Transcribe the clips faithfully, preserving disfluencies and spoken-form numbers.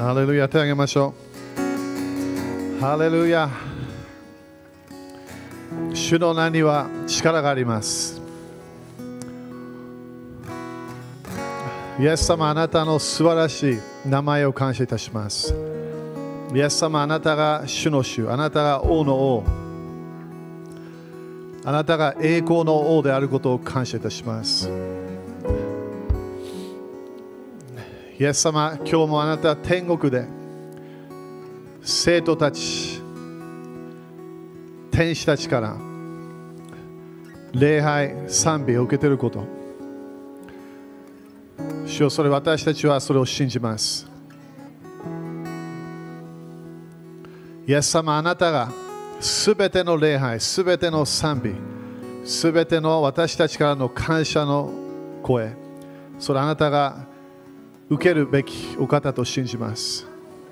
ハレルヤ、手を挙げましょう。ハレルヤ。主の名には力があります。イエス様、あなたの素晴らしい名前を感謝いたします。イエス様、あなたが主の主、あなたが王の王、あなたが栄光の王であることを感謝いたします。イエス様、今日もあなたは天国で生徒たち、天使たちから礼拝、賛美を受けていること、主よ、それ私たちはそれを信じます。イエス様、あなたがすべての礼拝、すべての賛美、すべての私たちからの感謝の声、それあなたが受けるべきお方と信じます。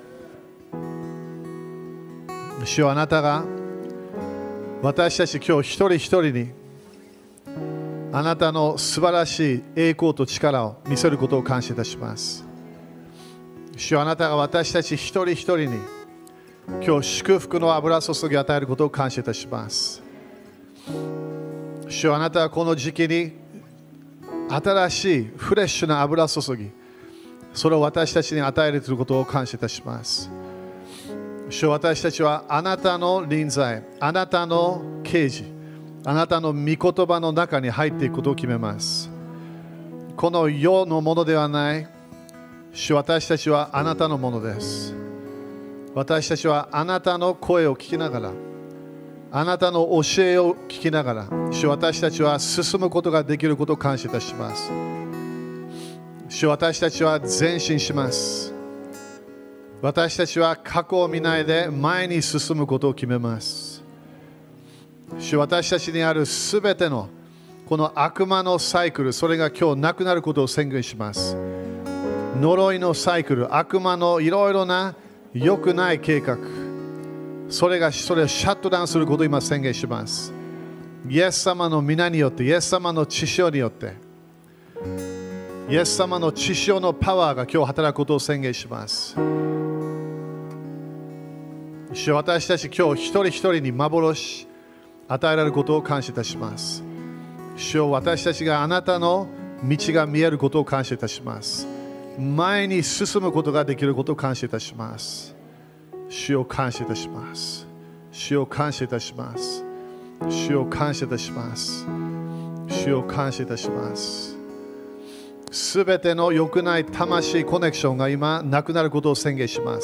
主よ、あなたが私たち今日一人一人にあなたの素晴らしい栄光と力を見せることを感謝いたします。主よ、あなたが私たち一人一人に今日祝福の油注ぎを与えることを感謝いたします。主よ、あなたはこの時期に新しいフレッシュな油注ぎ、それを私たちに与えるということを感謝いたします。主よ、私たちはあなたの臨在、あなたの啓示、あなたの御言葉の中に入っていくことを決めます。この世のものではない、主、私たちはあなたのものです。私たちはあなたの声を聞きながら、あなたの教えを聞きながら、主、私たちは進むことができることを感謝いたします。主、私たちは前進します。私たちは過去を見ないで前に進むことを決めます。主、私たちにあるすべてのこの悪魔のサイクル、それが今日なくなることを宣言します。呪いのサイクル、悪魔のいろいろな良くない計画、それがそれをシャットダウンすることを今宣言します。イエス様の皆によって、イエス様の血潮によって、イエス様の血潮のパワーが今日働くことを宣言します。主よ、私たち今日一人一人に幻与えられることを感謝いたします。主よ、私たちがあなたの道が見えることを感謝いたします。前に進むことができることを感謝いたします。主を感謝いたします。主を感謝いたします。主を感謝いたします。主を感謝いたします。すべての良くない魂コネクションが今なくなることを宣言します。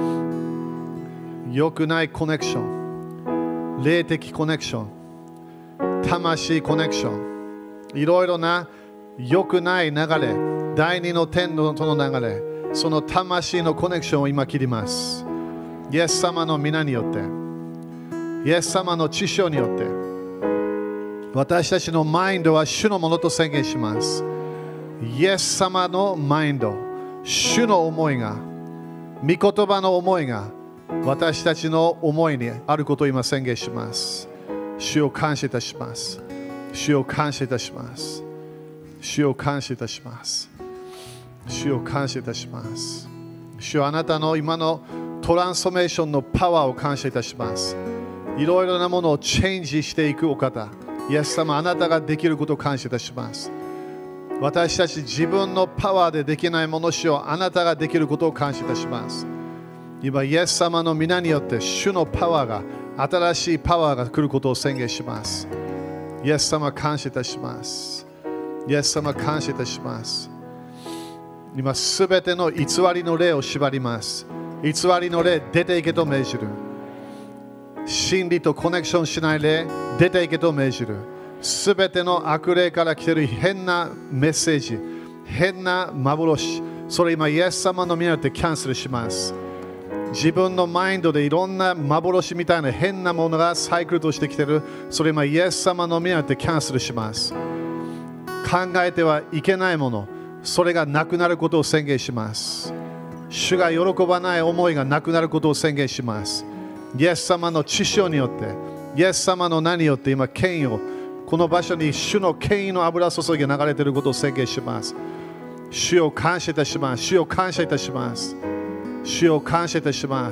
良くないコネクション、霊的コネクション、魂コネクション、いろいろな良くない流れ、第二の天との流れ、その魂のコネクションを今切ります。イエス様の皆によって、イエス様の血潮によって、私たちのマインドは主のものと宣言します。イエス様のマインド、主の思いが、御言葉の思いが私たちの思いにあることを今宣言します。主を感謝いたします。主を感謝いたします。主を感謝いたします。主を感謝いたします。主よ、あなたの今のトランスフォーメーションのパワーを感謝いたします。いろいろなものをチェンジしていくお方、イエス様、あなたができることを感謝いたします。私たち自分のパワーでできないもの、主よ、あなたができることを感謝いたします。今、イエス様の皆によって主のパワーが、新しいパワーが来ることを宣言します。イエス様、感謝いたします。イエス様、感謝いたします。今、すべての偽りの霊を縛ります。偽りの霊、出ていけと命じる。真理とコネクションしない霊、出ていけと命じる。すべての悪霊から来ている変なメッセージ、変な幻、それ今、イエス様の皆によってキャンセルします。自分のマインドでいろんな幻みたいな変なものがサイクルとしてきている。それ今、イエス様の皆によってキャンセルします。考えてはいけないもの、それがなくなることを宣言します。主が喜ばない思いがなくなることを宣言します。イエス様の血潮によって、イエス様の名によって今、権威を、この場所に主の権威の油注ぎが流れていることを宣言します。主を感謝いたします。主を感謝いたします。 主を感謝いたします。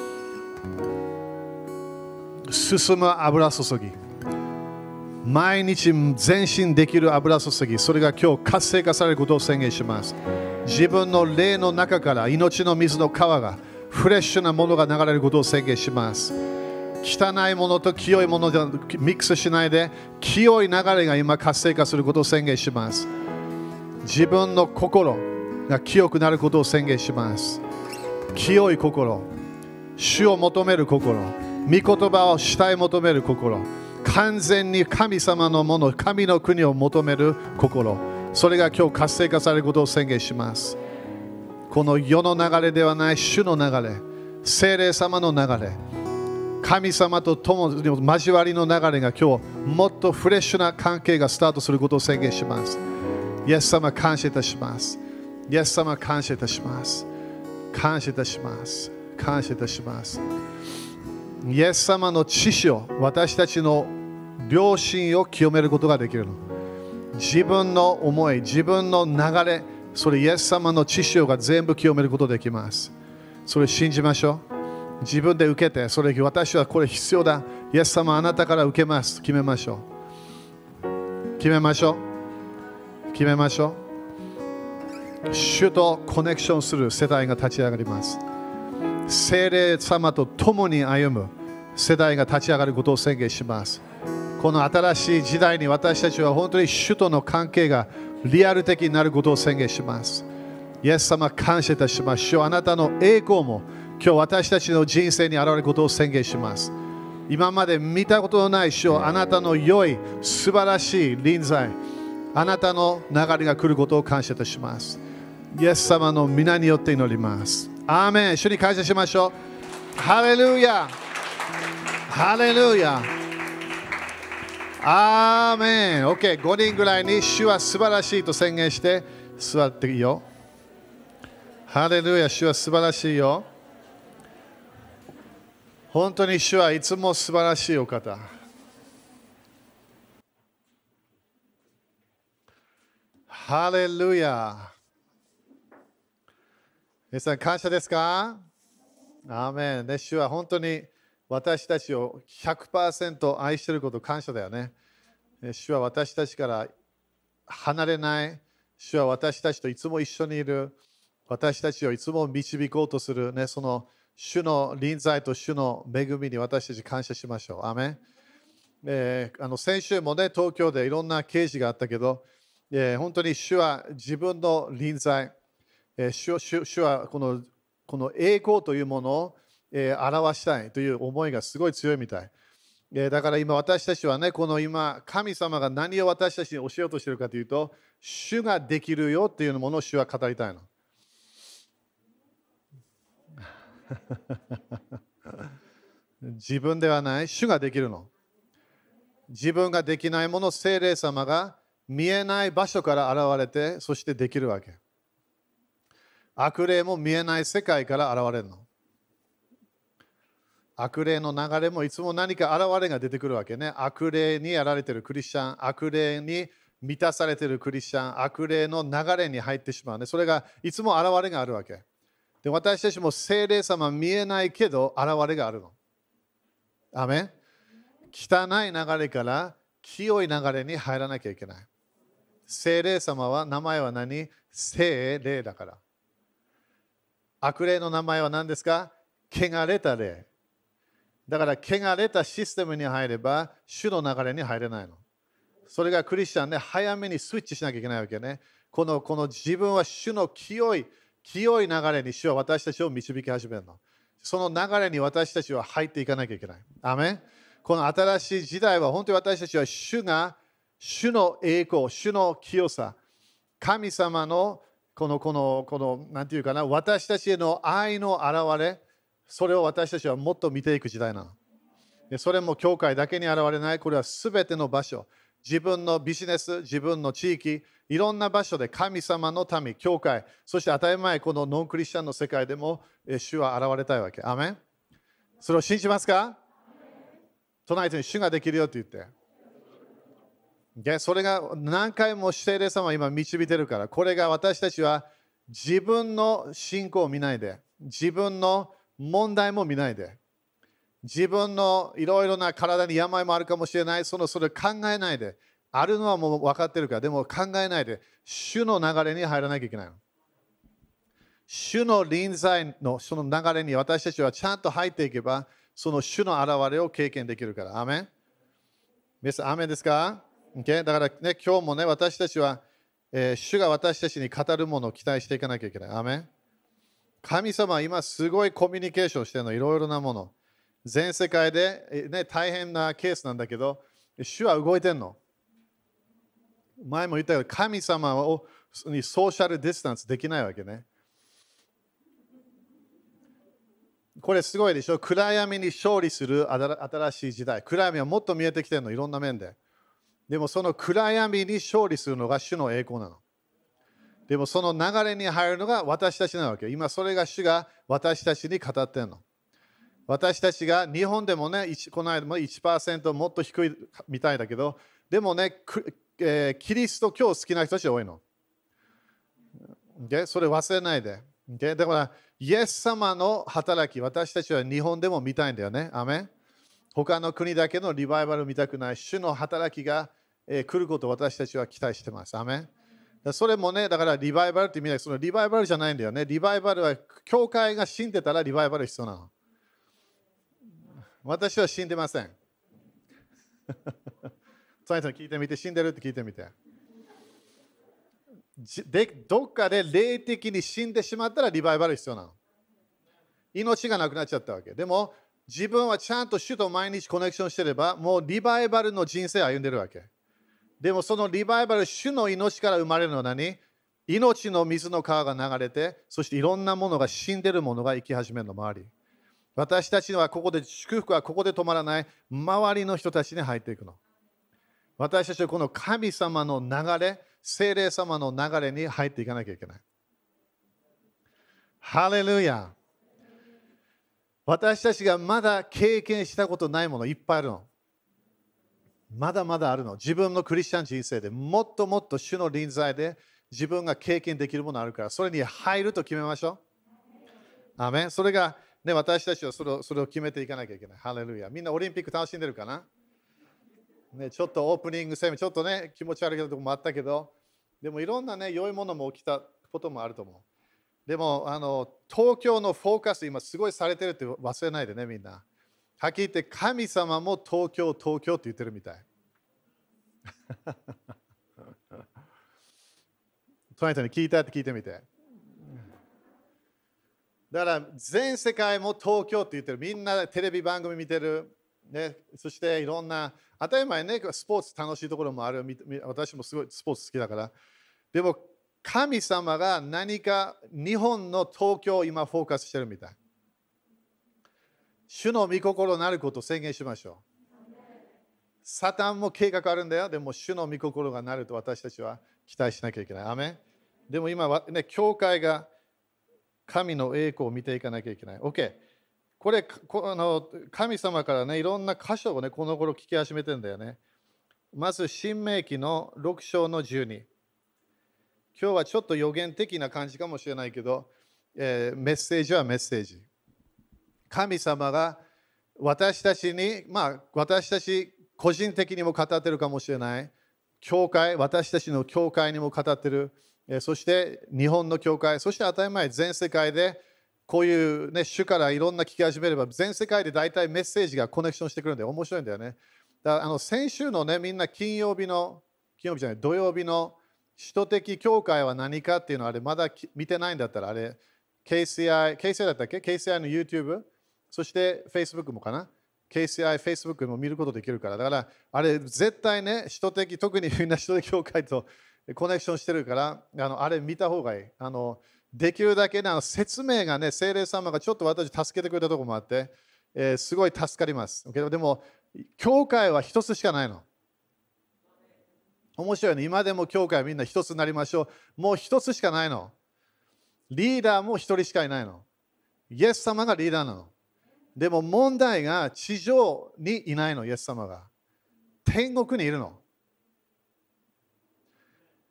進む油注ぎ。毎日前進できる油注ぎ。それが今日活性化されることを宣言します。自分の霊の中から命の水の川がフレッシュなものが流れることを宣言します。汚いものと清いものでミックスしないで、清い流れが今活性化することを宣言します。自分の心が清くなることを宣言します。清い心、主を求める心、御言葉を主い求める心、完全に神様のもの、神の国を求める心、それが今日活性化されることを宣言します。この世の流れではない主の流れ、聖霊様の流れ、神様と共に交わりの流れが今日もっとフレッシュな関係がスタートすることを宣言します。イエス様感謝いたします。イエス様感謝いたします。感謝いたします。感謝いたします。イエス様の知識を私たちの良心を清めることができるの。自分の思い、自分の流れ、それイエス様の知識が全部清めることができます。それ信じましょう。自分で受けて、それ私はこれ必要だ。イエス様あなたから受けます。決めましょう。決めましょう。決めましょう。主とコネクションする世代が立ち上がります。聖霊様と共に歩む世代が立ち上がることを宣言します。この新しい時代に私たちは本当に主との関係がリアル的になることを宣言します。イエス様感謝いたします。主よあなたの栄光も今日私たちの人生に現れることを宣言します。今まで見たことのない主よあなたの良い素晴らしい臨在、あなたの流れが来ることを感謝いたします。イエス様の皆によって祈ります。アーメン。主に感謝しましょう。ハレルヤハレルヤアーメン。 OK、 ごにんぐらいに主は素晴らしいと宣言して座っていいよ。ハレルヤ、主は素晴らしいよ。本当に主はいつも素晴らしいお方。ハレルヤ。皆さん感謝ですか？アーメン。で、主は本当に私たちを ひゃくパーセント 愛していること感謝だよね。主は私たちから離れない。主は私たちといつも一緒にいる。私たちをいつも導こうとする、ね、その主の臨在と主の恵みに私たち感謝しましょう。アーメン。えー、あの先週もね、東京でいろんな啓示があったけど、えー、本当に主は自分の臨在、えー、主, 主, 主はこのこの栄光というものを、えー、表したいという思いがすごい強いみたい。えー、だから今私たちはね、この今、神様が何を私たちに教えようとしているかというと、主ができるよというものを主は語りたいの。自分ではない、主ができるの。自分ができないもの、聖霊様が見えない場所から現れて、そしてできるわけ。悪霊も見えない世界から現れるの。悪霊の流れもいつも何か現れが出てくるわけね。悪霊にやられているクリスチャン、悪霊に満たされているクリスチャン、悪霊の流れに入ってしまうね。それがいつも現れがあるわけ。で、私たちも聖霊様見えないけど現れがあるの。アメン。汚い流れから清い流れに入らなきゃいけない。聖霊様は名前は何？聖霊だから。悪霊の名前は何ですか？汚れた霊。だから汚れたシステムに入れば主の流れに入れないの。それがクリスチャンで、ね、早めにスイッチしなきゃいけないわけね。この、この自分は主の清い清い流れに主は私たちを導き始めるの。その流れに私たちは入っていかなきゃいけない。アメン。この新しい時代は本当に私たちは主が、主の栄光、主の清さ、神様のこの、この、この、なんていうかな、私たちへの愛の現れ、それを私たちはもっと見ていく時代なの。でそれも教会だけに現れない、これはすべての場所、自分のビジネス、自分の地域、いろんな場所で神様の民、教会、そして当たり前、このノンクリスチャンの世界でも主は現れたいわけ。アメン。それを信じますか？隣人に主ができるよって言って。でそれが何回も聖霊様は今導いてるから、これが私たちは自分の信仰を見ないで、 自分の問題も見ないで。自分のいろいろな体に病もあるかもしれない。そのそれ考えないで。あるのはもう分かってるから。でも考えないで。主の流れに入らなきゃいけないの。主の臨在のその流れに私たちはちゃんと入っていけば、その主の現れを経験できるから。アメン。皆さん、アメンですか、okay? だからね、今日もね、私たちは、えー、主が私たちに語るものを期待していかなきゃいけない。アメン。神様は今すごいコミュニケーションしてるの、いろいろなもの。全世界で、ね、大変なケースなんだけど、主は動いてるの。前も言ったように、神様をにソーシャルディスタンスできないわけね。これすごいでしょ。暗闇に勝利する新しい時代。暗闇はもっと見えてきてるの、いろんな面で。でもその暗闇に勝利するのが主の栄光なの。でもその流れに入るのが私たちなわけ。今それが主が私たちに語ってるの。私たちが日本でもね、この間も いちパーセント もっと低いみたいだけど、でもね、えー、キリスト教好きな人たち多いの。Okay? それ忘れないで。Okay? だから、イエス様の働き、私たちは日本でも見たいんだよね。アメン。他の国だけのリバイバルを見たくない。主の働きが、えー、来ることを私たちは期待してます。アメン。それもね、だからリバイバルって意味で、そのリバイバルじゃないんだよね。リバイバルは、教会が死んでたらリバイバル必要なの。私は死んでません。その人に聞いてみて、死んでるって聞いてみて。でどっかで霊的に死んでしまったらリバイバル必要なの。命がなくなっちゃったわけ。でも、自分はちゃんと主と毎日コネクションしてれば、もうリバイバルの人生を歩んでるわけ。でもそのリバイバル、主の命から生まれるのは何？命の水の川が流れて、そしていろんなものが死んでるものが生き始めるの、周り。私たちはここで、祝福はここで止まらない、周りの人たちに入っていくの。私たちはこの神様の流れ、聖霊様の流れに入っていかなきゃいけない。ハレルヤ。私たちがまだ経験したことないものいっぱいあるの。まだまだあるの。自分のクリスチャン人生でもっともっと主の臨在で自分が経験できるものあるから、それに入ると決めましょう。アメン。それが、ね、私たちはそれを、それを決めていかなきゃいけない。ハレルヤ。みんなオリンピック楽しんでるかな、ね、ちょっとオープニングセミ、ちょっとね、気持ち悪いところもあったけど、でもいろんなね、良いものも起きたこともあると思う。でも、あの、東京のフォーカス、今すごいされてるって忘れないでね、みんな。はっきり言って、神様も東京、東京って言ってるみたい。トライトに聞いたって聞いてみて。だから、全世界も東京って言ってる。みんなテレビ番組見てる。ね、そしていろんな、当たり前ね、スポーツ楽しいところもある。私もすごいスポーツ好きだから。でも、神様が何か日本の東京を今フォーカスしてるみたい。主の御心なることを宣言しましょう。サタンも計画あるんだよ。でも主の御心がなると私たちは期待しなきゃいけない。アメン。でも今はね、教会が神の栄光を見ていかなきゃいけない。OK。これ、こあの神様からね、いろんな箇所をね、この頃聞き始めてるんだよね。まず、新明記のろく章のじゅうに。今日はちょっと予言的な感じかもしれないけど、えー、メッセージはメッセージ。神様が私たちに、まあ、私たち個人的にも語ってるかもしれない。教会、私たちの教会にも語ってる。えー、そして日本の教会、そして当たり前、全世界でこういう、ね、主からいろんな聞き始めれば、全世界で大体メッセージがコネクションしてくるんで、面白いんだよね。だからあの先週のね、みんな金曜日の、金曜日じゃない、土曜日の使徒的教会は何かっていうのはあれ、まだ見てないんだったら、あれ、ケーシーアイ、ケーシーアイ だったっけ ケーシーアイ の YouTube、そして Facebook もかな ケーシーアイ、Facebook も見ることできるから。だから、あれ、絶対ね、使徒的、特にみんな使徒的教会とコネクションしてるから、あのあれ見た方がいい。あのできるだけの説明がね、聖霊様がちょっと私助けてくれたところもあって、えー、すごい助かります。でも、教会は一つしかないの。面白いね。今でも教会はみんな一つになりましょう。もう一つしかないの。リーダーも一人しかいないの。イエス様がリーダーなの。でも問題が地上にいないの、イエス様が。天国にいるの。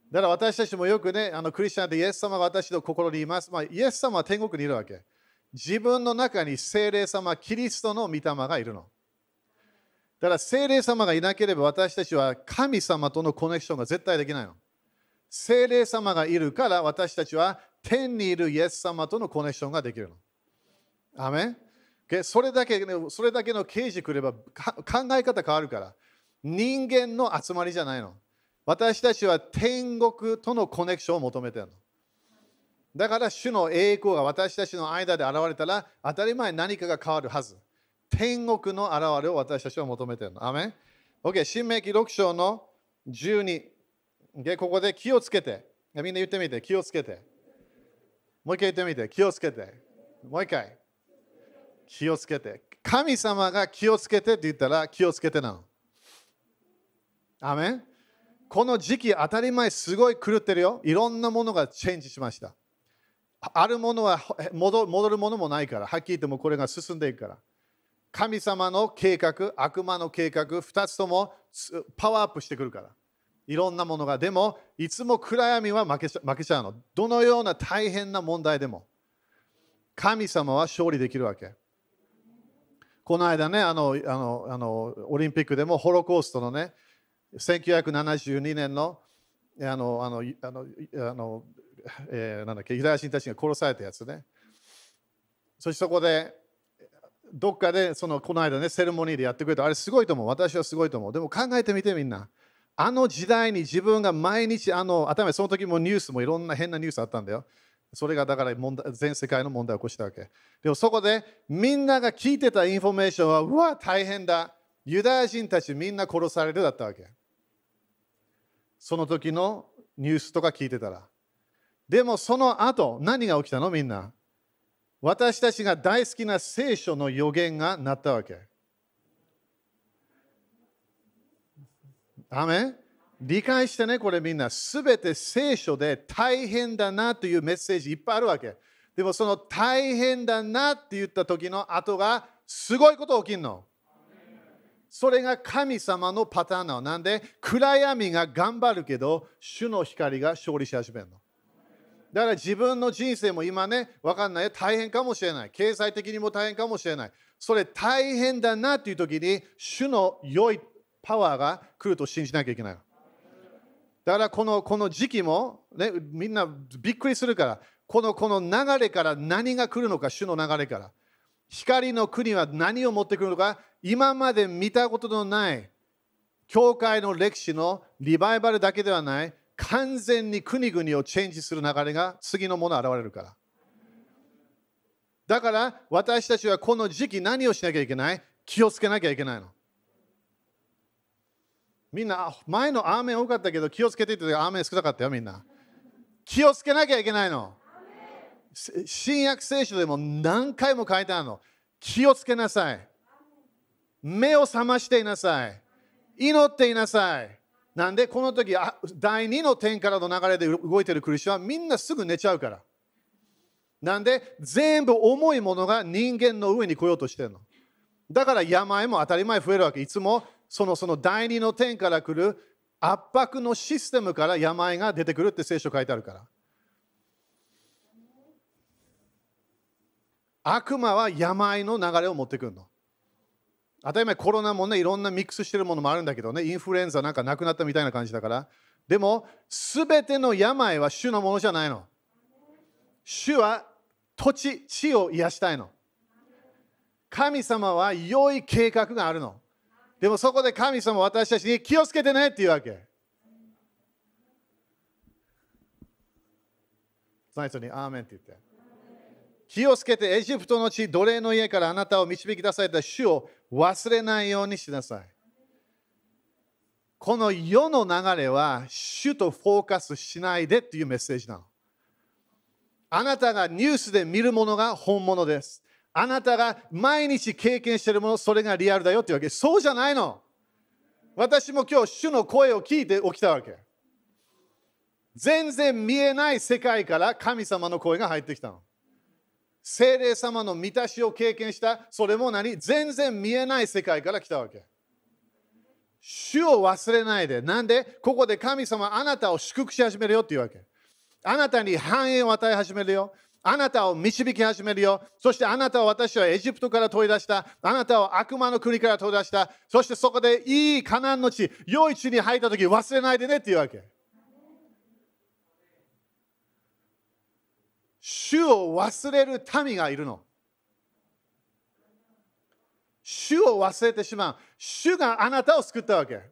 だから私たちもよくね、あのクリスチャンでイエス様が私の心にいます。まあ、イエス様は天国にいるわけ。自分の中に聖霊様、キリストの御霊がいるの。だから聖霊様がいなければ私たちは神様とのコネクションが絶対できないの。聖霊様がいるから私たちは天にいるイエス様とのコネクションができるの。アメン。それだけ、それだけの啓示くれば考え方変わるから。人間の集まりじゃないの。私たちは天国とのコネクションを求めているの。だから主の栄光が私たちの間で現れたら当たり前何かが変わるはず。天国の現れを私たちは求めているの。アメン。OK、新明記ろく章のじゅうに。Okay、ここで気をつけて。みんな言ってみて、気をつけて。もう一回言ってみて、気をつけて。もう一回。気をつけて。神様が気をつけてって言ったら気をつけてなの。アメン。この時期当たり前すごい狂ってるよ。いろんなものがチェンジしました。あるものは戻戻るものもないから。はっきり言ってもこれが進んでいくから。神様の計画、悪魔の計画、ふたつともパワーアップしてくるから。いろんなものが。でも、いつも暗闇は負けちゃ負けちゃうの。どのような大変な問題でも。神様は勝利できるわけ。この間ね、あの、あの、あのオリンピックでもホロコーストのね、せんきゅうひゃくななじゅうにねんのあのあのあのあの、えー、なんだっけユダヤ人たちが殺されたやつね。そしてそこでどっかでそのこの間ねセレモニーでやってくれたあれすごいと思う。私はすごいと思う。でも考えてみてみんな。あの時代に自分が毎日あの頭その時もニュースもいろんな変なニュースあったんだよ。それがだから問題全世界の問題を起こしたわけ。でもそこでみんなが聞いてたインフォメーションはうわ大変だ。ユダヤ人たちみんな殺されるだったわけ。その時のニュースとか聞いてたら。でもその後何が起きたのみんな。私たちが大好きな聖書の予言がなったわけ。アメン。理解してね、これみんな。すべて聖書で大変だなというメッセージいっぱいあるわけ。でもその大変だなって言った時の後がすごいこと起きるの。それが神様のパターンなの。なんで暗闇が頑張るけど、主の光が勝利し始めるの。だから自分の人生も今ね、わかんない。大変かもしれない。経済的にも大変かもしれない。それ大変だなっていう時に、主の良いパワーが来ると信じなきゃいけない。だからこの、この時期も、ね、みんなびっくりするから、この、この流れから何が来るのか、主の流れから。光の国は何を持ってくるのか、今まで見たことのない教会の歴史のリバイバルだけではない、完全に国々をチェンジする流れが次のもの現れるから。だから私たちはこの時期何をしなきゃいけない？気をつけなきゃいけないの。みんな、前のアーメン多かったけど気をつけてってアーメン少なかったよみんな。気をつけなきゃいけないの。新約聖書でも何回も書いてあるの。気をつけなさい。目を覚ましていなさい。祈っていなさい。なんでこの時、第二の天からの流れで動いているクリスチャンはみんなすぐ寝ちゃうから。なんで全部重いものが人間の上に来ようとしてるの。だから病も当たり前増えるわけ。いつもそのその第二の天から来る圧迫のシステムから病が出てくるって聖書書いてあるから。悪魔は病の流れを持ってくるの。当たり前コロナもね、いろんなミックスしてるものもあるんだけどね、インフルエンザなんかなくなったみたいな感じだから。でも、すべての病は主のものじゃないの。主は土地、地を癒したいの。神様は良い計画があるの。でもそこで神様は私たちに気をつけてねっていうわけ。その人にアーメンって言って。気をつけてエジプトの地、奴隷の家からあなたを導き出された主を忘れないようにしなさい。この世の流れは主とフォーカスしないでっていうメッセージなの。あなたがニュースで見るものが本物です。あなたが毎日経験しているもの、それがリアルだよっていうわけ。そうじゃないの。私も今日主の声を聞いて起きたわけ。全然見えない世界から神様の声が入ってきたの。聖霊様の満たしを経験した、それも何？全然見えない世界から来たわけ。 主を忘れないで。なんでここで神様はあなたを祝福し始めるよっていうわけ。あなたに繁栄を与え始めるよ。あなたを導き始めるよ。そしてあなたを私はエジプトから取り出した。あなたを悪魔の国から取り出した。そしてそこでいいカナンの地、良い地に入ったとき忘れないでねっていうわけ。主を忘れる民がいるの。主を忘れてしまう。主があなたを救ったわけ。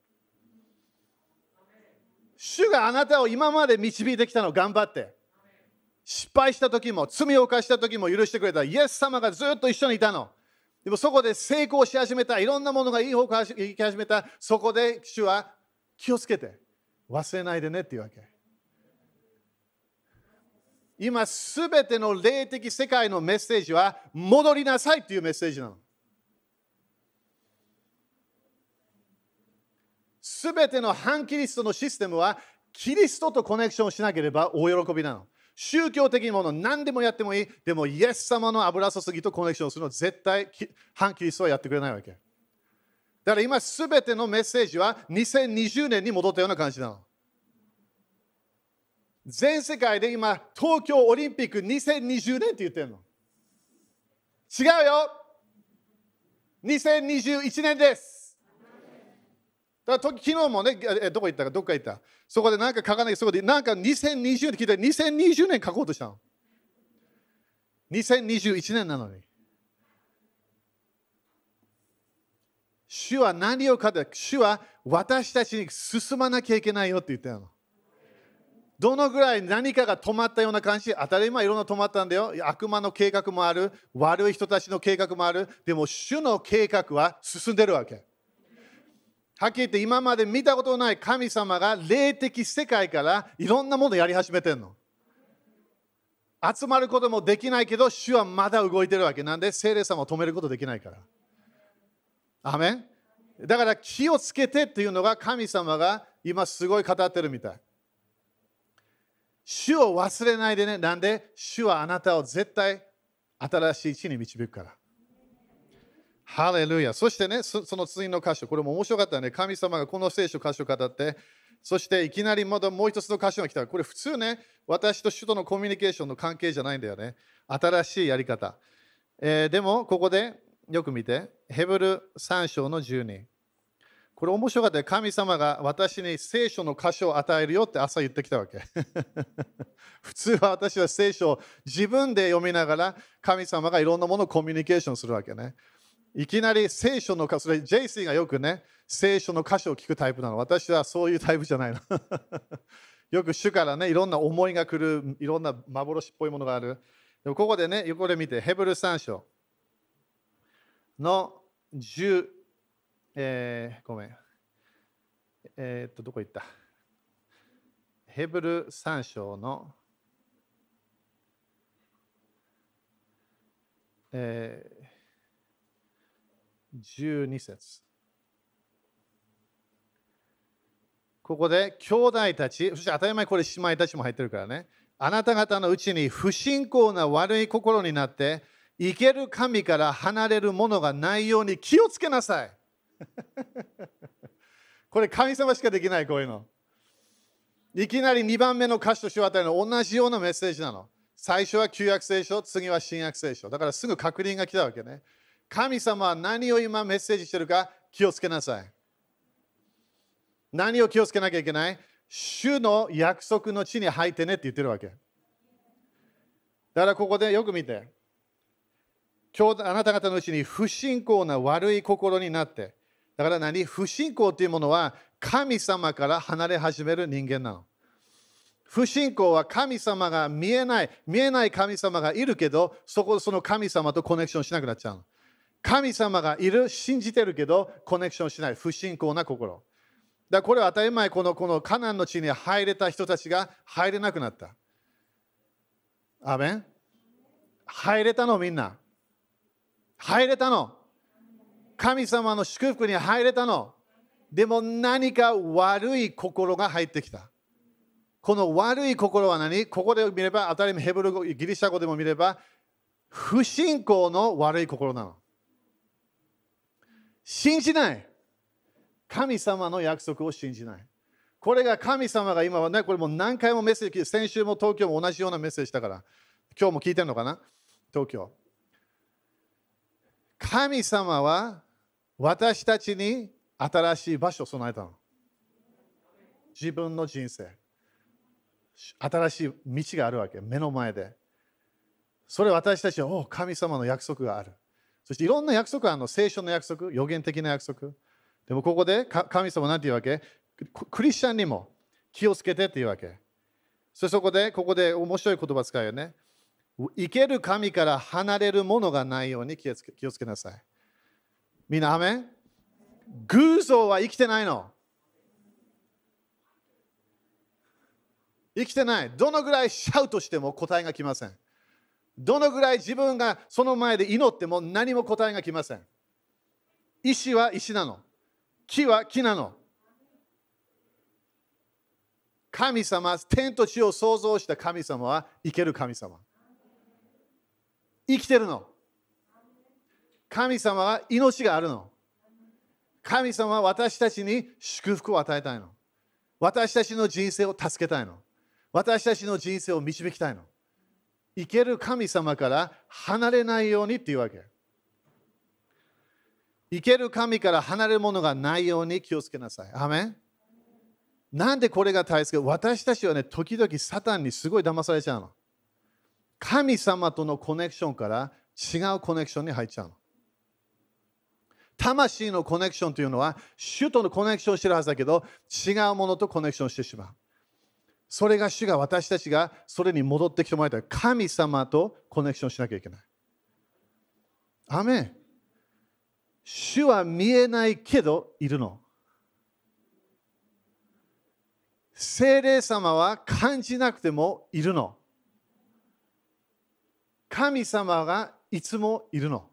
主があなたを今まで導いてきたの、頑張って。失敗した時も、罪を犯した時も許してくれた。イエス様がずっと一緒にいたの。でもそこで成功し始めた。いろんなものがいい方向に行き始めた。そこで主は気をつけて。忘れないでねっていうわけ。今、すべての霊的世界のメッセージは、戻りなさいっていうメッセージなの。すべての反キリストのシステムは、キリストとコネクションしなければ大喜びなの。宗教的なもの何でもやってもいい。でも、イエス様の油注ぎとコネクションするのは絶対反キリストはやってくれないわけ。だから今、すべてのメッセージはにせんにじゅうねんに戻ったような感じなの。全世界で今、東京オリンピックにせんにじゅうねんって言ってるの。違うよ。にせんにじゅういちねんです。だから昨日もね、どこ行ったか、どっか行った。そこで何か書かない、そこでなんかにせんにじゅうねんって聞いて、にせんにじゅうねん書こうとしたの。にせんにじゅういちねんなのに。主は何をかって、主は私たちに進まなきゃいけないよって言ってるの。どのぐらい何かが止まったような感じ、当たり前いろんな止まったんだよ。悪魔の計画もある、悪い人たちの計画もある。でも主の計画は進んでるわけ。はっきり言って今まで見たことのない神様が霊的世界からいろんなものをやり始めてるの。集まることもできないけど、主はまだ動いてるわけ。なんで聖霊様を止めることできないから。アメン。だから気をつけてっていうのが神様が今すごい語ってるみたい。主を忘れないでね。なんで主はあなたを絶対新しい地に導くから。ハレルヤ。そしてね、その次の箇所、これも面白かったね。神様がこの聖書箇所を語って、そしていきなりまたもう一つの箇所が来た。これ普通ね、私と主とのコミュニケーションの関係じゃないんだよね。新しいやり方。えー、でも、ここでよく見て、ヘブルさん章のじゅうに。これ面白かった。神様が私に聖書の箇所を与えるよって朝言ってきたわけ。普通は私は聖書を自分で読みながら神様がいろんなものをコミュニケーションするわけね。いきなり聖書の箇所、それ ジェイシー がよくね、聖書の箇所を聞くタイプなの。私はそういうタイプじゃないの。よく主からね、いろんな思いが来る、いろんな幻っぽいものがある。でもここでね、横で見て、ヘブルさん章のじゅう、えー、ごめん。えー、っと、どこ行った？ヘブルさん章の、えー、じゅうに節。ここで兄弟たち、そして当たり前これ姉妹たちも入ってるからね。あなた方のうちに不信仰な悪い心になって、生ける神から離れるものがないように気をつけなさい。これ神様しかできない、こういうの。いきなりにばんめの歌詞として与えるの同じようなメッセージなの。最初は旧約聖書、次は新約聖書。だからすぐ確認が来たわけね。神様は何を今メッセージしてるか気をつけなさい。何を気をつけなきゃいけない？主の約束の地に入ってねって言ってるわけ。だからここでよく見て。今日あなた方のうちに不信仰な悪い心になって。だから何？不信仰というものは神様から離れ始める人間なの。不信仰は神様が見えない、見えない神様がいるけど、そこその神様とコネクションしなくなっちゃうの。神様がいる、信じてるけど、コネクションしない、不信仰な心。だからこれは当たり前、この、このカナンの地に入れた人たちが入れなくなった。アメン？入れたのみんな。入れたの。神様の祝福に入れたの。でも何か悪い心が入ってきた。この悪い心は何？ここで見れば、当たり前ヘブル語、ギリシャ語でも見れば、不信仰の悪い心なの。信じない。 神様の約束を信じない。これが神様が今はね、これもう何回もメッセージ、先週も東京も同じようなメッセージしたから、今日も聞いてるのかな、東京。神様は私たちに新しい場所を備えたの。自分の人生。新しい道があるわけ、目の前で。それ私たちは、お神様の約束がある。そしていろんな約束があるの。聖書の約束、予言的な約束。でもここで神様は何て言うわけ？クリスチャンにも気をつけてって言うわけ。そそこで、ここで面白い言葉使うよね。生ける神から離れるものがないように気をつけ、気をつけなさい。みんな、アメン？偶像は生きてないの。生きてない。どのぐらいシャウトしても答えが来ません。どのぐらい自分がその前で祈っても何も答えが来ません。石は石なの。木は木なの。神様、天と地を創造した神様は生ける神様。生きてるの。神様は命があるの。神様は私たちに祝福を与えたいの。私たちの人生を助けたいの。私たちの人生を導きたいの。生ける神様から離れないようにっていうわけ。生ける神から離れるものがないように気をつけなさい。アメン。なんでこれが大切か。私たちはね、時々サタンにすごい騙されちゃうの。神様とのコネクションから違うコネクションに入っちゃうの。魂のコネクションというのは、主とのコネクションしてるはずだけど、違うものとコネクションしてしまう。それが主が私たちがそれに戻ってきてもらいたい。神様とコネクションしなきゃいけない。アメン。主は見えないけどいるの。聖霊様は感じなくてもいるの。神様がいつもいるの。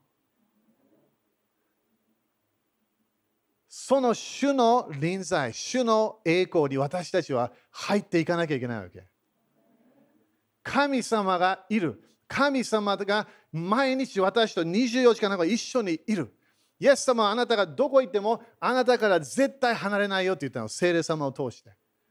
その主の臨在、主の栄光に私たちは入っていかなきゃいけないわけ。神様がいる。神様が毎日私とにじゅうよじかん一緒にいる。イエス様はあなたがどこ行ってもあなたから絶対離れないよって言ったの。聖霊様を通して。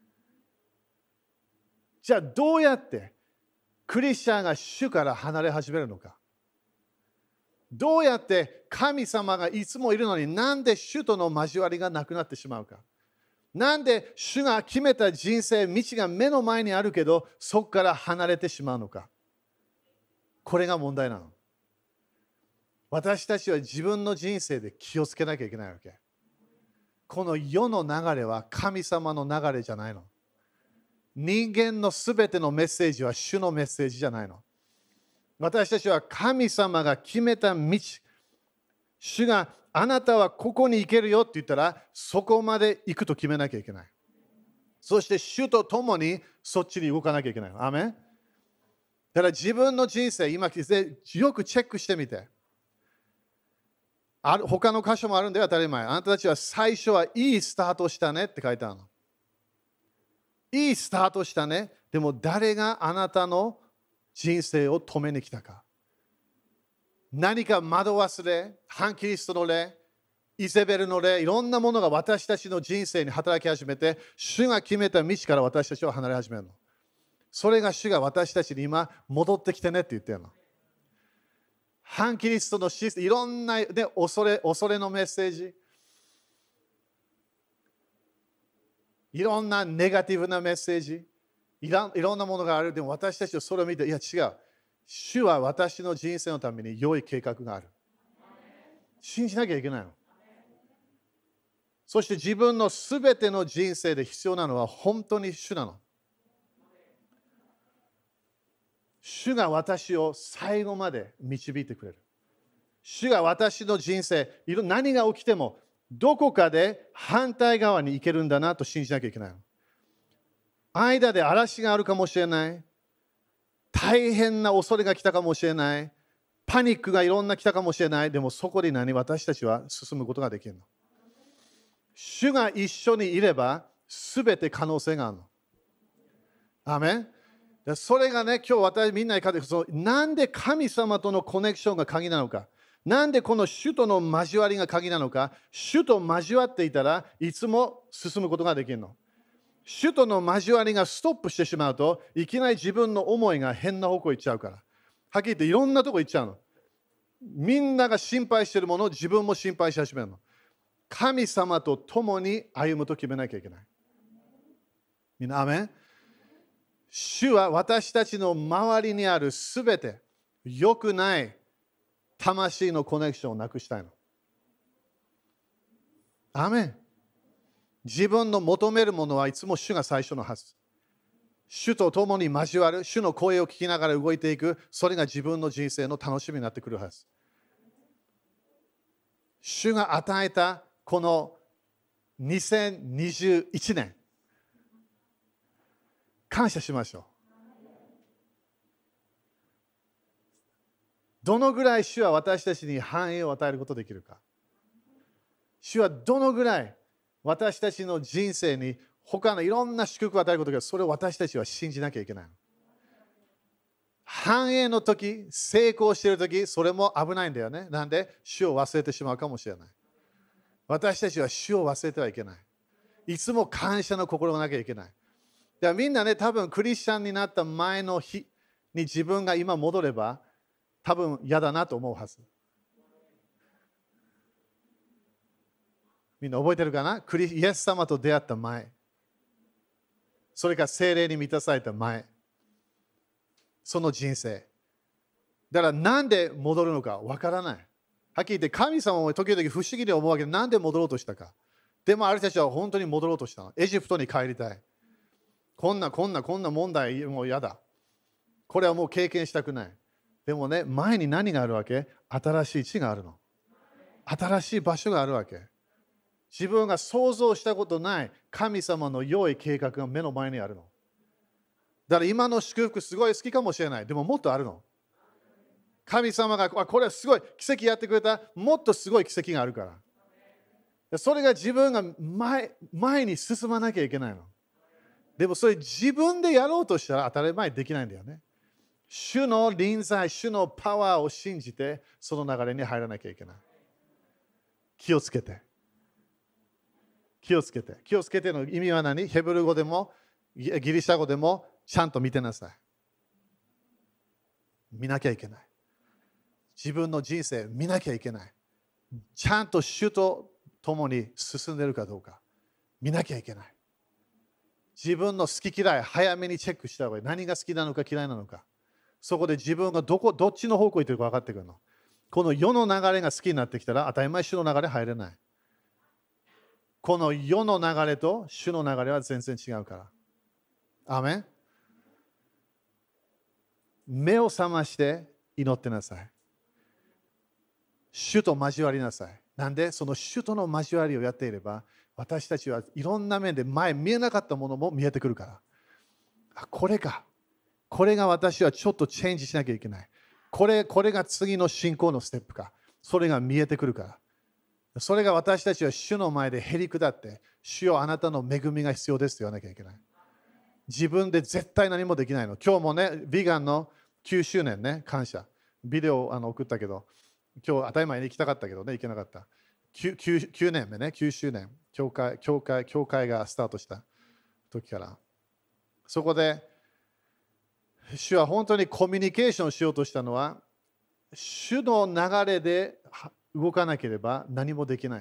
じゃあどうやってクリスチャンが主から離れ始めるのか。どうやって神様がいつもいるのになんで主との交わりがなくなってしまうか。なんで主が決めた人生、道が目の前にあるけどそこから離れてしまうのか。これが問題なの。私たちは自分の人生で気をつけなきゃいけないわけ。この世の流れは神様の流れじゃないの。人間のすべてのメッセージは主のメッセージじゃないの。私たちは神様が決めた道、主があなたはここに行けるよって言ったら、そこまで行くと決めなきゃいけない。そして主と共にそっちに動かなきゃいけない。アメン。だから自分の人生、今よくチェックしてみて。ある他の箇所もあるんで当たり前。あなたたちは最初はいいスタートしたねって書いてあるの。いいスタートしたね。でも誰があなたの人生を止めに来たか。何か惑わす霊、反キリストの霊、イゼベルの霊、いろんなものが私たちの人生に働き始めて、主が決めた道から私たちは離れ始めるの。それが主が私たちに今戻ってきてねって言ってるの。反キリストのシステム、いろんな、ね、恐れ、恐れのメッセージ、いろんなネガティブなメッセージ、いろ、いろんなものがある。でも私たちはそれを見て、いや違う。主は私の人生のために良い計画がある。信じなきゃいけないの。そして自分のすべての人生で必要なのは本当に主なの。主が私を最後まで導いてくれる。主が私の人生、何が起きてもどこかで反対側に行けるんだなと信じなきゃいけないの。間で嵐があるかもしれない。大変な恐れが来たかもしれない。パニックがいろんな来たかもしれない。でもそこで何私たちは進むことができるの。主が一緒にいればすべて可能性があるの。アーメン。それがね、今日私みんなに語る、なんで神様とのコネクションが鍵なのか。 なんでこの主との交わりが鍵なのか。主と交わっていたらいつも進むことができるの。主との交わりがストップしてしまうと、いきなり自分の思いが変な方向行っちゃうから。はっきり言っていろんなとこ行っちゃうの。みんなが心配しているものを自分も心配し始めるの。神様と共に歩むと決めなきゃいけない。みんな、アメン。主は私たちの周りにあるすべて良くない魂のコネクションをなくしたいの。アメン。自分の求めるものはいつも主が最初のはず。主と共に交わる、主の声を聞きながら動いていく、それが自分の人生の楽しみになってくるはず。主が与えたこのにせんにじゅういちねん、感謝しましょう。どのぐらい主は私たちに繁栄を与えることができるか。主はどのぐらい私たちの人生に他のいろんな祝福を与えることが、それを私たちは信じなきゃいけない。繁栄の時、成功している時、それも危ないんだよね。なんで主を忘れてしまうかもしれない。私たちは主を忘れてはいけない。いつも感謝の心がなきゃいけない。だからみんなね、多分クリスチャンになった前の日に自分が今戻れば、多分嫌だなと思うはず。みんな覚えてるかな？クリイエス様と出会った前。それから聖霊に満たされた前。その人生。だからなんで戻るのかわからない。はっきり言って神様も時々不思議で思うわけで、なんで戻ろうとしたか。でもあれたちは本当に戻ろうとしたの。エジプトに帰りたい。こんなこんなこんな問題もう嫌だ。これはもう経験したくない。でもね、前に何があるわけ？新しい地があるの。新しい場所があるわけ。自分が想像したことない神様の良い計画が目の前にあるの。だから今の祝福すごい好きかもしれない。でももっとあるの。神様がこれはすごい奇跡やってくれた。もっとすごい奇跡があるから。それが自分が 前, 前に進まなきゃいけないの。でもそれ自分でやろうとしたら当たり前できないんだよね。主の臨在、主のパワーを信じてその流れに入らなきゃいけない。気をつけて。気をつけて。気をつけての意味は何？ヘブル語でもギリシャ語でもちゃんと見てなさい。見なきゃいけない。自分の人生見なきゃいけない。ちゃんと主と共に進んでいるかどうか見なきゃいけない。自分の好き嫌い早めにチェックした方がいい。何が好きなのか嫌いなのか。そこで自分がどこどっちの方向行ってるか分かってくるの。この世の流れが好きになってきたら当たり前主の流れ入れない。この世の流れと主の流れは全然違うから。アーメン。目を覚まして祈ってなさい。主と交わりなさい。なんでその主との交わりをやっていれば、私たちはいろんな面で前見えなかったものも見えてくるから。あ、これか。これが私はちょっとチェンジしなきゃいけない。これ、これが次の信仰のステップか。それが見えてくるから。それが私たちは主の前でへり下って、主よあなたの恵みが必要ですと言わなきゃいけない。自分で絶対何もできないの。今日もね、ヴィガンのきゅうしゅうねんね、感謝。ビデオをあの送ったけど、今日当たり前に行きたかったけどね、行けなかった。きゅう, きゅう, きゅうねんめね、きゅうしゅうねん、教会、教会、教会がスタートした時から。そこで、主は本当にコミュニケーションしようとしたのは、主の流れで動かなければ何もできない。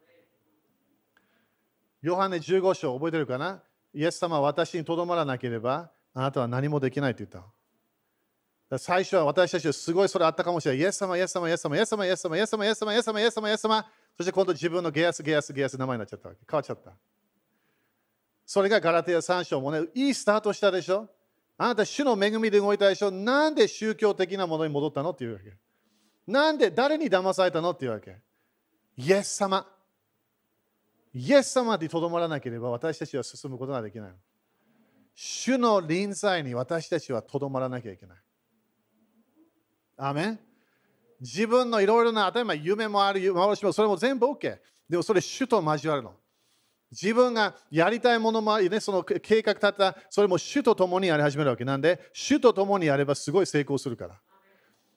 ヨハネじゅうご章覚えてるかな？イエス様は私にとどまらなければあなたは何もできないと言った。最初は私たちはすごいそれあったかもしれない。イエス様、イエス様、イエス様、イエス様、イエス様、イエス様、イエス様、イエス様、イエス様、イエス様。そして今度自分のゲアス、ゲアス、ゲアス名前になっちゃったわけ。変わっちゃった。それがガラテヤさん章もね、いいスタートしたでしょ？あなた主の恵みで動いたでしょ？なんで宗教的なものに戻ったのっていうわけ。なんで誰に騙されたのっていうわけ。イエス様。イエス様にとどまらなければ私たちは進むことができない。主の臨在に私たちはとどまらなきゃいけない。アーメン。自分のいろいろな当たり前夢もある、幻もそれも全部 OK。でもそれ主と交わるの。自分がやりたいものもありね、その計画立った、それも主と共にやり始めるわけなんで、主と共にやればすごい成功するから。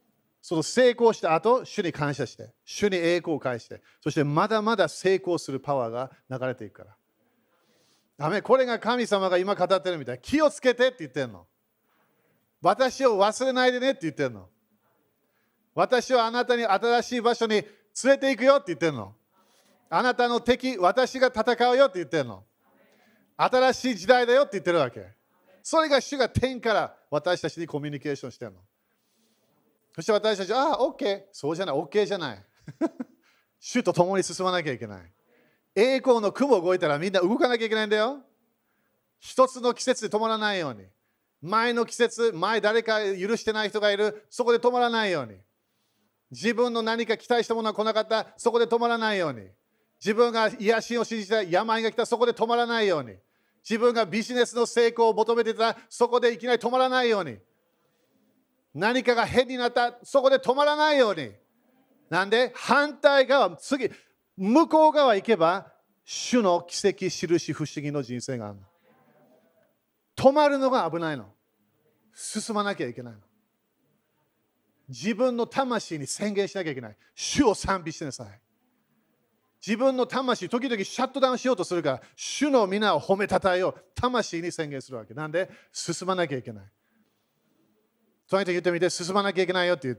その成功した後、主に感謝して、主に栄光を返して、そしてまだまだ成功するパワーが流れていくから。アメン。これが神様が今語ってるみたい。気をつけてって言ってるの。私を忘れないでねって言ってるの。私はあなたに新しい場所に連れて行くよって言ってるの。あなたの敵、私が戦うよって言ってるの。新しい時代だよって言ってるわけ。それが主が天から私たちにコミュニケーションしてるの。そして私たちは、ああ、OK。そうじゃない、OK じゃない。主と共に進まなきゃいけない。栄光の雲動いたらみんな動かなきゃいけないんだよ。一つの季節で止まらないように。前の季節、前誰か許してない人がいる、そこで止まらないように。自分の何か期待したものが来なかった、そこで止まらないように。自分が癒しを信じた病が来た、そこで止まらないように。自分がビジネスの成功を求めてた、そこでいきなり止まらないように。何かが変になった、そこで止まらないように。なんで、反対側、次、向こう側行けば、主の奇跡、印、不思議の人生があるの。止まるのが危ないの。進まなきゃいけないの。自分の魂に宣言しなきゃいけない。主を賛美してなさい。自分の魂、時々シャットダウンしようとするから、主の皆を褒めたたえよう。魂に宣言するわけ。なんで、進まなきゃいけない。そうやって言ってみて、進まなきゃいけないよって言って。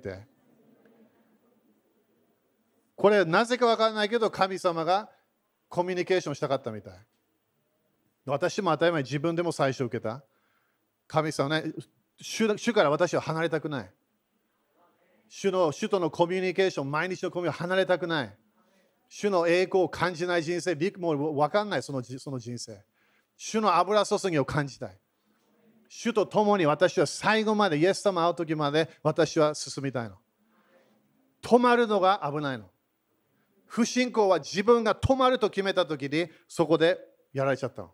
これ、なぜか分からないけど、神様がコミュニケーションしたかったみたい。私も当たり前、自分でも最初受けた。神様ね、主、主から私は離れたくない。主の主とのコミュニケーション、毎日のコミュニケーション離れたくない。主の栄光を感じない人生、もう分かんないその、その人生。主の油注ぎを感じたい。主と共に私は最後まで、イエス様会う時まで私は進みたいの。止まるのが危ないの。不信仰は自分が止まると決めた時にそこでやられちゃったの。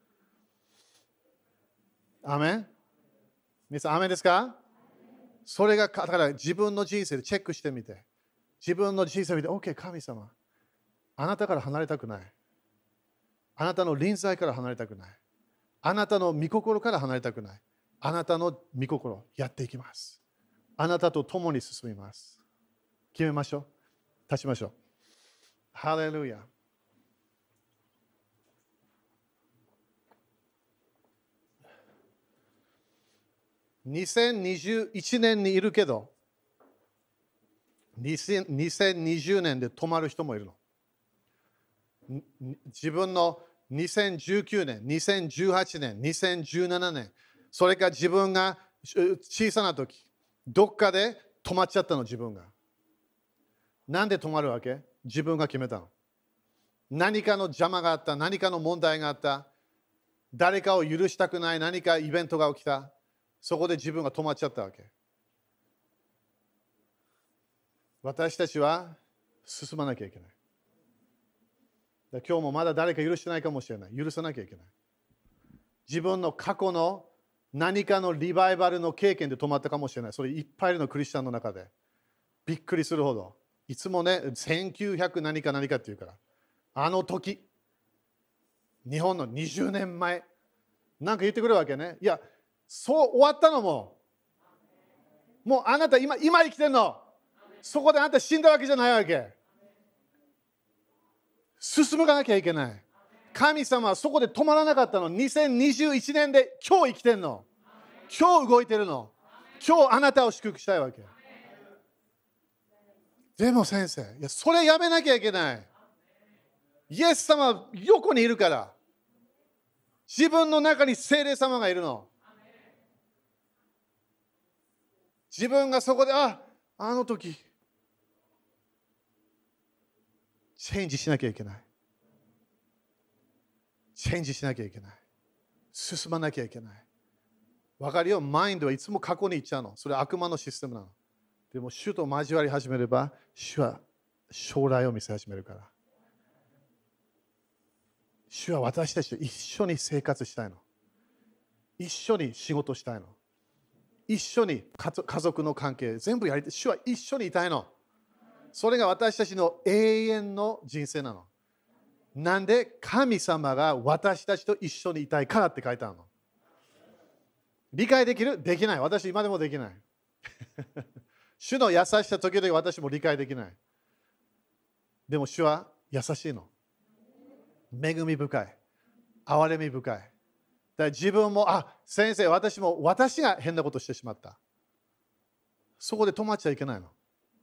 アメン？皆さん、アメンですか？それが、だから自分の人生でチェックしてみて。自分の人生を見て、OK、神様。あなたから離れたくない。あなたの臨在から離れたくない。あなたの御心から離れたくない。あなたの御心、やっていきます。あなたと共に進みます。決めましょう。立ちましょう。ハレルヤ。にせんにじゅういちねんにいるけど、にせんにじゅうねんで止まる人もいるの。自分のにせんじゅうきゅうねん、にせんじゅうはちねん、にせんじゅうななねん、それから自分が小さな時、どっかで止まっちゃったの、自分が。なんで止まるわけ？自分が決めたの。何かの邪魔があった、何かの問題があった、誰かを許したくない、何かイベントが起きた、そこで自分が止まっちゃったわけ。私たちは進まなきゃいけない。今日もまだ誰か許してないかもしれない。許さなきゃいけない。自分の過去の何かのリバイバルの経験で止まったかもしれない。それいっぱいいるの、クリスチャンの中で。びっくりするほど。いつもね、せんきゅうひゃく何か何かっていうから。あの時、日本のにじゅうねんまえ、なんか言ってくるわけね。いや、そう終わったのも。もうあなた今、今生きてんの。そこであなた死んだわけじゃないわけ。進むかなきゃいけない。神様はそこで止まらなかったの。にせんにじゅういちねんで今日生きてんの。今日動いてるの。今日あなたを祝福したいわけ。でも先生、いやそれやめなきゃいけない。イエス様は横にいるから。自分の中に聖霊様がいるの。自分がそこで、あ、あの時、チェンジしなきゃいけない。チェンジしなきゃいけない。進まなきゃいけない。わかるよ、マインドはいつも過去に行っちゃうの。それは悪魔のシステムなの。でも、主と交わり始めれば、主は将来を見せ始めるから。主は私たちと一緒に生活したいの。一緒に仕事したいの。一緒に家族の関係、全部やりたい。主は一緒にいたいの。それが私たちの永遠の人生なの。なんで神様が私たちと一緒にいたいからって書いてあるの。理解できる？できない。私今でもできない。 主の優しさ時々私も理解できない。でも主は優しいの。恵み深い。憐れみ深い。だから自分も、あ、先生、私も、私が変なことしてしまった。そこで止まっちゃいけないの。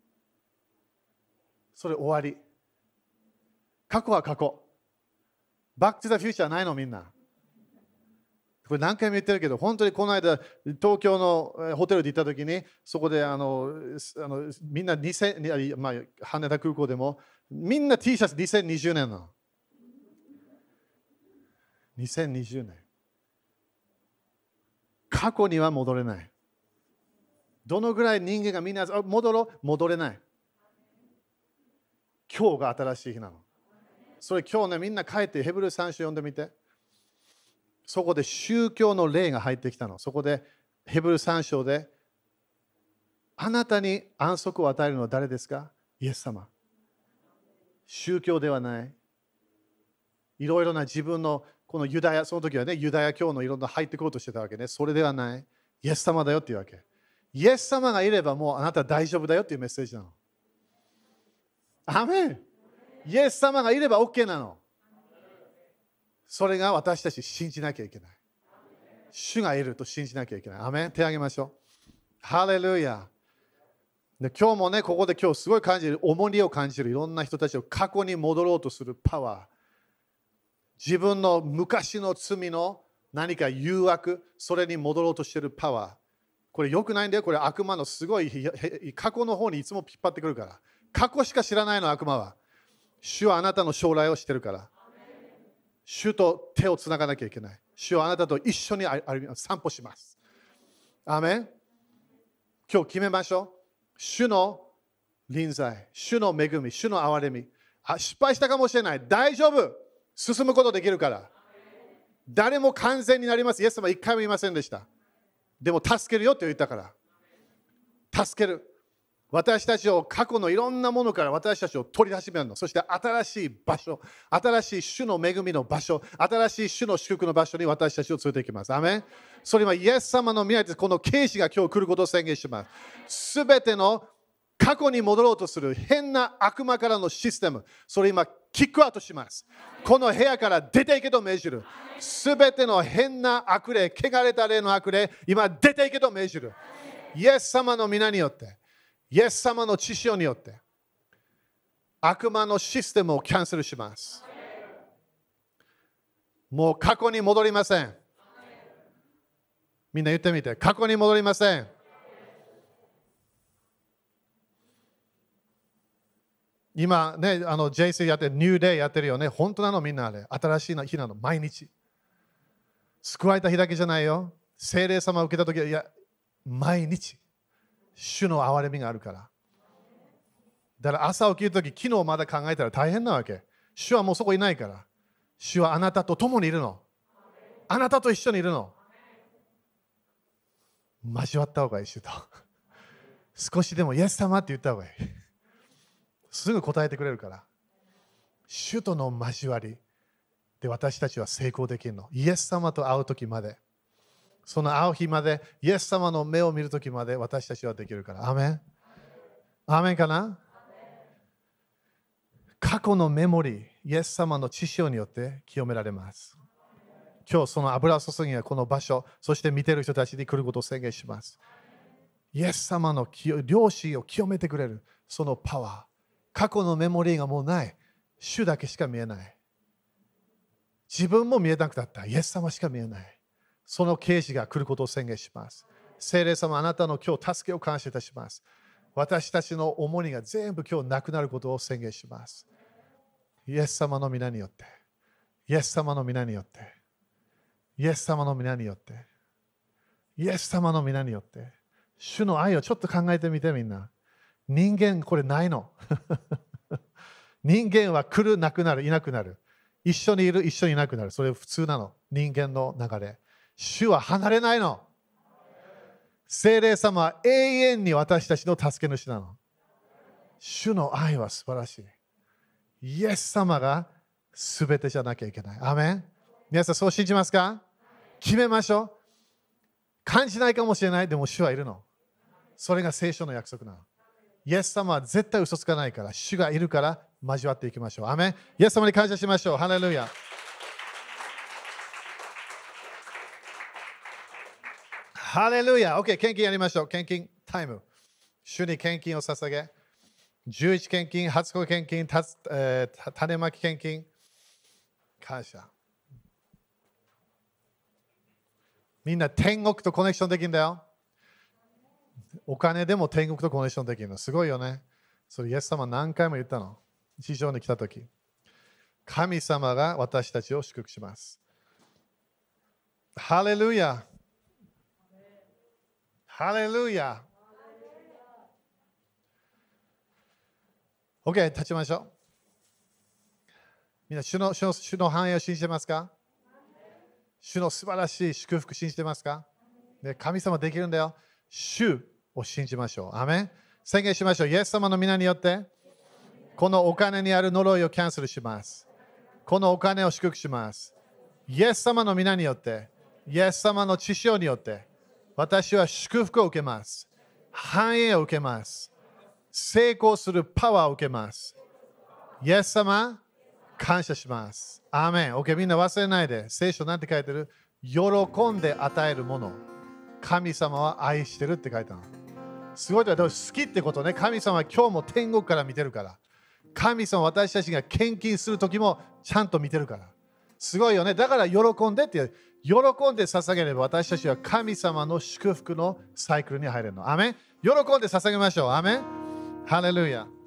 それ終わり。過去は過去。バック・トゥ・ザ・フューチャーないのみんな。これ何回も言ってるけど、本当にこの間、東京のホテルで行ったときに、そこであのあのみんなにせん、まあ、羽田空港でも、みんな T シャツにせんにじゅうねんの。にせんにじゅうねん。過去には戻れない。どのぐらい人間がみんな戻ろう、戻れない。今日が新しい日なの。それ今日ね、みんな帰ってヘブルさん章読んでみて。そこで宗教の霊が入ってきたの。そこでヘブルさん章で、あなたに安息を与えるのは誰ですか？イエス様。宗教ではない。いろいろな自分のこのユダヤ、その時はね、ユダヤ教のいろんな入ってこようとしてたわけね。それではない。イエス様だよっていうわけ。イエス様がいればもうあなた大丈夫だよっていうメッセージなの。アメン。イエス様がいれば OK なの。それが私たち信じなきゃいけない。主がいると信じなきゃいけない。アメン。手を挙げましょう。ハレルヤ。で今日もね、ここで今日すごい感じる、重荷を感じるいろんな人たちを過去に戻ろうとするパワー。自分の昔の罪の何か誘惑、それに戻ろうとしているパワー。これ良くないんだよ。これ悪魔のすごい過去の方にいつも引っ張ってくるから。過去しか知らないの、悪魔は。主はあなたの将来を知ってるから。主と手をつながなきゃいけない。主はあなたと一緒に散歩します。アーメン。今日決めましょう。主の臨在、主の恵み、主の憐れみ。あ、失敗したかもしれない。大丈夫。進むことできるから。誰も完全になります。イエス様は一回も言いませんでした。でも助けるよって言ったから。助ける。私たちを過去のいろんなものから私たちを取り始めるの。そして新しい場所、新しい主の恵みの場所、新しい主の祝福の場所に私たちを連れて行きます。アメン。それはイエス様の宮でこの啓示が今日来ることを宣言します。すべての過去に戻ろうとする変な悪魔からのシステム、それ今キックアウトします。この部屋から出ていけと命じる。すべての変な悪霊、汚れた霊の悪霊、今出ていけと命じる。イエス様の皆によって。イエス様の血潮によって悪魔のシステムをキャンセルします。もう過去に戻りません。みんな言ってみて。過去に戻りません。今ね、あの ジェイシー やってる、ニューデイやってるよね。本当なのみんなあれ。新しい日なの。毎日。救われた日だけじゃないよ。聖霊様を受けたときは、いや、毎日。主の憐れみがあるから。だから朝起きるとき、昨日まだ考えたら大変なわけ。主はもうそこいないから。主はあなたと共にいるの。あなたと一緒にいるの。交わった方がいい、主と。少しでもイエス様って言った方がいい。すぐ答えてくれるから。主との交わりで私たちは成功できるの。イエス様と会うときまで。その会う日まで、イエス様の目を見るときまで私たちはできるから。アーメン。アーメンかな。過去のメモリー、イエス様の血潮によって清められます。今日その油注ぎがこの場所、そして見ている人たちに来ることを宣言します。イエス様の良心を清めてくれるそのパワー。過去のメモリーがもうない。主だけしか見えない。自分も見えなくなった。イエス様しか見えない。その啓示が来ることを宣言します。聖霊様、あなたの今日助けを感謝いたします。私たちの重荷が全部今日なくなることを宣言します。イエス様の皆によって、イエス様の皆によって、イエス様の皆によって、イエス様の皆によって、主の愛をちょっと考えてみてみんな。人間これないの。人間は来る、なくなる、いなくなる。一緒にいる、一緒にいなくなる。それ普通なの。人間の流れ。主は離れないの。聖霊様は永遠に私たちの助け主なの。主の愛は素晴らしい。イエス様が全てじゃなきゃいけない。アメン。皆さんそう信じますか？決めましょう。感じないかもしれない。でも主はいるの。それが聖書の約束なの。 イエス様は絶対嘘つかないから、主がいるから交わっていきましょう。アメン。イエス様に感謝しましょう。ハレルヤ。ハレルヤ。OK、献金やりましょう。献金タイム。主に献金を捧げ。十一献金、初恋献金、たつ、えー、種まき献金。感謝。みんな天国とコネクションできるんだよ。お金でも天国とコネクションできるの。すごいよね。それイエス様何回も言ったの。地上に来たとき。神様が私たちを祝福します。ハレルヤ。ハレルヤ。OK、立ちましょう。みんな主の、主の、主の繁栄を信じてますか？主の素晴らしい祝福信じてますか？で、神様できるんだよ。主を信じましょう。アメン。宣言しましょう。イエス様の皆によって、このお金にある呪いをキャンセルします。このお金を祝福します。イエス様の皆によって、イエス様の血潮によって、私は祝福を受けます。繁栄を受けます。成功するパワーを受けます。イエス様、感謝します。アーメン。OK、みんな忘れないで。聖書なんて書いてる？喜んで与えるもの。神様は愛してるって書いてある。すごいと好きってことね。神様は今日も天国から見てるから。神様は私たちが献金するときもちゃんと見てるから。すごいよね。だから喜んでって、喜んで捧げれば私たちは神様の祝福のサイクルに入れるの。アーメン。喜んで捧げましょう。アーメン。ハレルヤ。